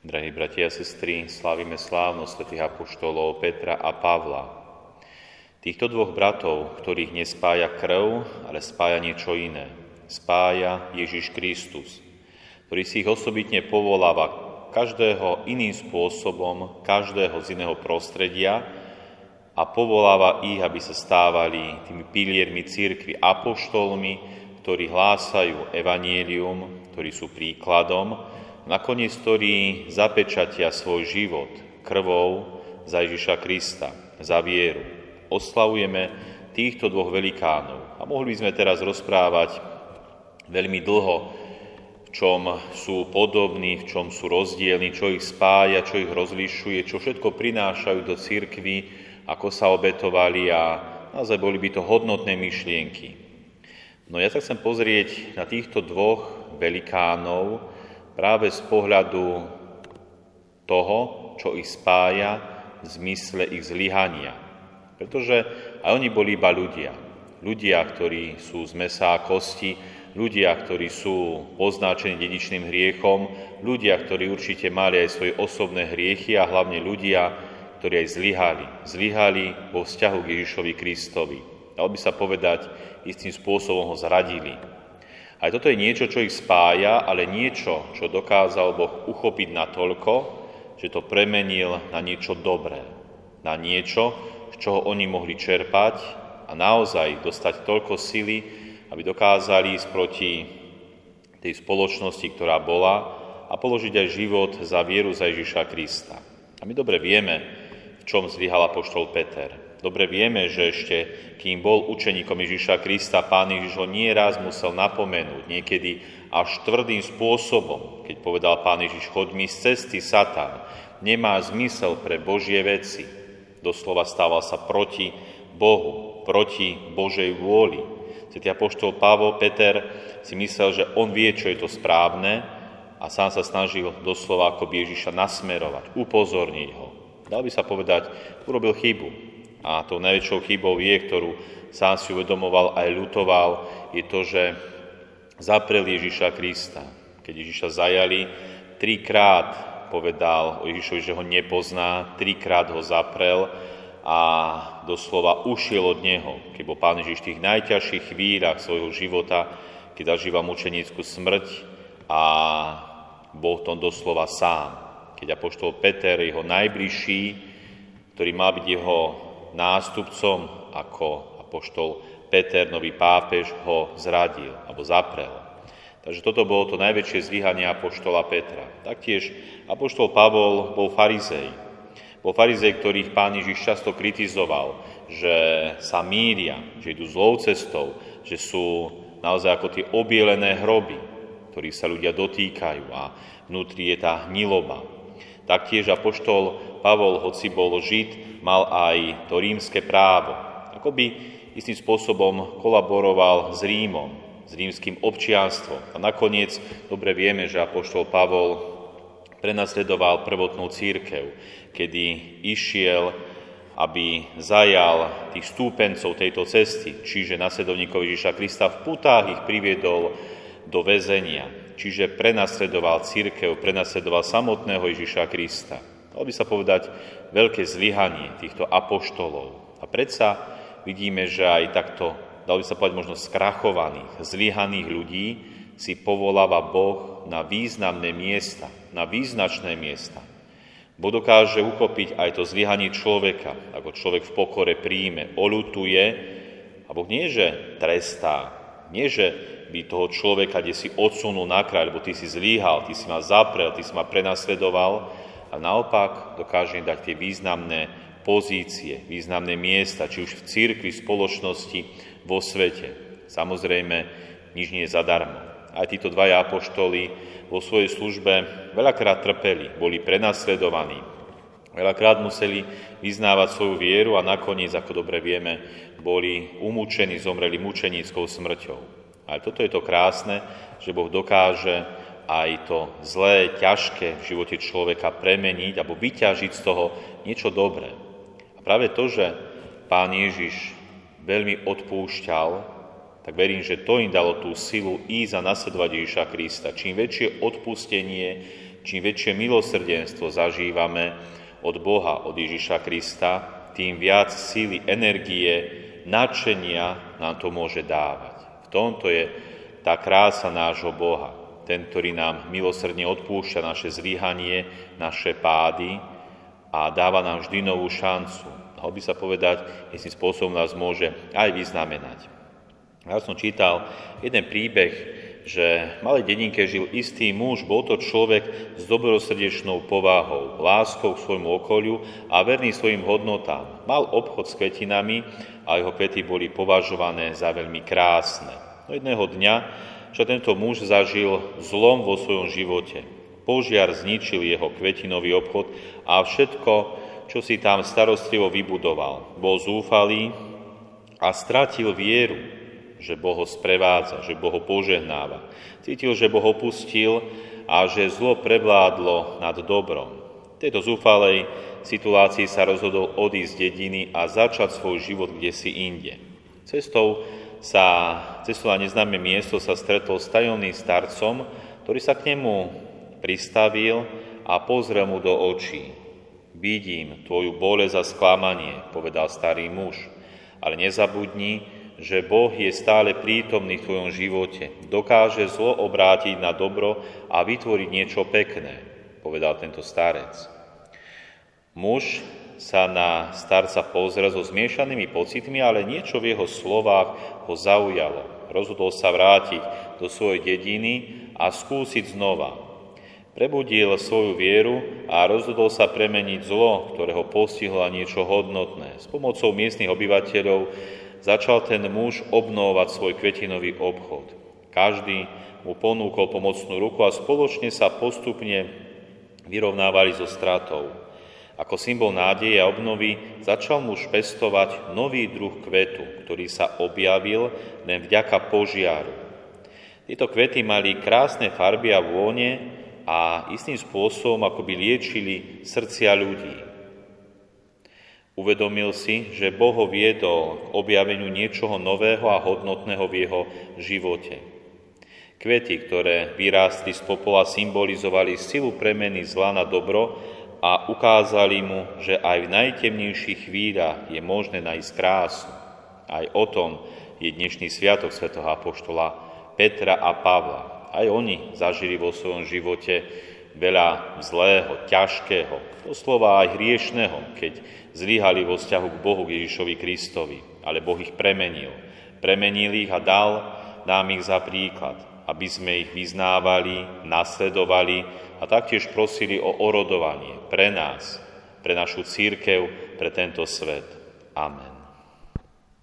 Drahí bratia a sestry, slávime slávnosť svätých apoštolov Petra a Pavla. Týchto dvoch bratov, ktorých nespája krv, ale spája niečo iné. Spája Ježiš Kristus, ktorý si ich osobitne povoláva každého iným spôsobom, každého z iného prostredia a povoláva ich, aby sa stávali tými piliermi cirkvi, apoštolmi, ktorí hlásajú evanjelium, ktorí sú príkladom, nakoniec, ktorí zapečatia svoj život krvou za Ježiša Krista, za vieru. Oslavujeme týchto dvoch velikánov. A mohli by sme teraz rozprávať veľmi dlho, v čom sú podobní, v čom sú rozdielni, čo ich spája, čo ich rozlišuje, čo všetko prinášajú do cirkvi, ako sa obetovali a naozaj boli by to hodnotné myšlienky. No ja sa chcem pozrieť na týchto dvoch velikánov, práve z pohľadu toho, čo ich spája v zmysle ich zlyhania. Pretože aj oni boli iba ľudia. Ľudia, ktorí sú z mäsa a kosti, ľudia, ktorí sú označení dedičným hriechom, ľudia, ktorí určite mali aj svoje osobné hriechy a hlavne ľudia, ktorí aj zlyhali. Zlyhali vo vzťahu k Ježišovi Kristovi. Dalo by sa povedať, istým spôsobom ho zradili. Aj toto je niečo, čo ich spája, ale niečo, čo dokázal Boh uchopiť natoľko, že to premenil na niečo dobré. Na niečo, z čoho oni mohli čerpať a naozaj dostať toľko sily, aby dokázali ísť proti tej spoločnosti, ktorá bola, a položiť aj život za vieru za Ježiša Krista. A my dobre vieme, v čom zlyhal apoštol Peter. Dobre vieme, že ešte, kým bol učeníkom Ježiša Krista, Pán Ježiš ho nieraz musel napomenúť, niekedy až tvrdým spôsobom, keď povedal Pán Ježiš, choď mi z cesty, Satan, nemá zmysel pre Božie veci. Doslova stával sa proti Bohu, proti Božej vôli. Svätý apoštol Peter si myslel, že on vie, čo je to správne a sám sa snažil doslova ako Ježiša nasmerovať, upozorniť ho. Dal by sa povedať, urobil chybu. A tou najväčšou chybou je, ktorú sám si uvedomoval aj ľutoval, je to, že zaprel Ježiša Krista. Keď Ježiša zajali, 3-krát povedal o Ježišovi, že ho nepozná, 3-krát ho zaprel a doslova ušiel od neho. Keď bol Pán Ježiš v tých najťažších chvíľach svojho života, keď zažíval mučenícku smrť a bol v tom doslova sám. Keď apoštol Peter, jeho najbližší, ktorý mal byť jeho nástupcom ako apoštol Peter, nový pápež, ho zradil alebo zaprel. Takže toto bolo to najväčšie zlyhanie apoštola Petra. Taktiež apoštol Pavol bol farizej. Bol farizej, ktorých Pán Ježiš často kritizoval, že sa mýlia, že idú zlou cestou, že sú naozaj ako tie obielené hroby, ktorých sa ľudia dotýkajú a vnútri je tá hniloba. Taktiež apoštol Pavol, hoci bol Žid, mal aj to rímske právo. Akoby istým spôsobom kolaboroval s Rímom, s rímskym občianstvom. A nakoniec dobre vieme, že apoštol Pavol prenasledoval prvotnú cirkev, kedy išiel, aby zajal tých stúpencov tejto cesty, čiže nasledovníkov Ježiša Krista, v putách ich priviedol do väzenia. Čiže prenasledoval cirkev, prenasledoval samotného Ježiša Krista. Dalo by sa povedať veľké zlyhanie týchto apoštolov. A predsa vidíme, že aj takto, dalo by sa povedať možno skrachovaných, zlyhaných ľudí si povoláva Boh na významné miesta, na význačné miesta. Boh dokáže uchopiť aj to zlyhanie človeka, ako človek v pokore príjme, oľutuje, a Boh nie, že trestá, nie, že by toho človeka, kde si odsunul na kraj, lebo ty si zlíhal, ty si ma zaprel, ty si ma prenasledoval, a naopak dokáže im dať tie významné pozície, významné miesta, či už v cirkvi, v spoločnosti, vo svete. Samozrejme, nič nie je zadarmo. Aj títo dvaja apoštoli vo svojej službe veľakrát trpeli, boli prenasledovaní. Veľakrát museli vyznávať svoju vieru a nakoniec, ako dobre vieme, boli umúčení, zomreli mučeníckou smrťou. Ale toto je to krásne, že Boh dokáže aj to zlé, ťažké v živote človeka premeniť alebo vyťažiť z toho niečo dobré. A práve to, že Pán Ježiš veľmi odpúšťal, tak verím, že to im dalo tú silu ísť a nasledovať Ježiša Krista. Čím väčšie odpustenie, čím väčšie milosrdenstvo zažívame od Boha, od Ježiša Krista, tým viac síly, energie, nadšenia nám to môže dávať. V tomto je tá krása nášho Boha. Ten, ktorý nám milosrdne odpúšťa naše zlyhanie, naše pády a dáva nám vždy novú šancu. Dalo by sa povedať, istým spôsobom nás môže aj vyznamenať. Ja som čítal jeden príbeh, že v malej dedinke žil istý muž, bol to človek s dobrosrdečnou povahou, láskou k svojmu okoliu a verný svojim hodnotám. Mal obchod s kvetinami a jeho kvety boli považované za veľmi krásne. No jedného dňa že tento muž zažil zlom vo svojom živote. Požiar zničil jeho kvetinový obchod a všetko, čo si tam starostlivo vybudoval. Bol zúfalý a stratil vieru, že Boh ho sprevádza, že Boh ho požehnáva. Cítil, že Boh opustil a že zlo prevládlo nad dobrom. V tejto zúfalej situácii sa rozhodol odísť z dediny a začať svoj život kdesi inde. Cestou na neznáme miesto sa stretol s tajomným starcom, ktorý sa k nemu pristavil a pozrel mu do očí. Vidím tvoju bolesť a sklamanie, povedal starý muž, ale nezabudni, že Boh je stále prítomný v tvojom živote. Dokáže zlo obrátiť na dobro a vytvoriť niečo pekné, povedal tento starec. Muž sa na starca pozrel so zmiešanými pocitmi, ale niečo v jeho slovách ho zaujalo. Rozhodol sa vrátiť do svojej dediny a skúsiť znova. Prebudil svoju vieru a rozhodol sa premeniť zlo, ktoré ho postihlo, na niečo hodnotné. S pomocou miestnych obyvateľov začal ten muž obnovovať svoj kvetinový obchod. Každý mu ponúkol pomocnú ruku a spoločne sa postupne vyrovnávali so stratou. Ako symbol nádeje a obnovy začal muž pestovať nový druh kvetu, ktorý sa objavil len vďaka požiaru. Tieto kvety mali krásne farby a vône a istým spôsobom akoby liečili srdcia ľudí. Uvedomil si, že Boh ho viedol k objaveniu niečoho nového a hodnotného v jeho živote. Kvety, ktoré vyrástli z popola, symbolizovali silu premeny zla na dobro a ukázali mu, že aj v najtemnejších chvíľach je možné nájsť krásu. Aj o tom je dnešný sviatok svätého apoštola Petra a Pavla. Aj oni zažili vo svojom živote veľa zlého, ťažkého, doslova aj hriešného, keď zlyhali vo vzťahu k Bohu, k Ježišovi Kristovi. Ale Boh ich premenil. Premenil ich a dal nám ich za príklad, aby sme ich vyznávali, nasledovali a taktiež prosili o orodovanie pre nás, pre našu cirkev, pre tento svet. Amen.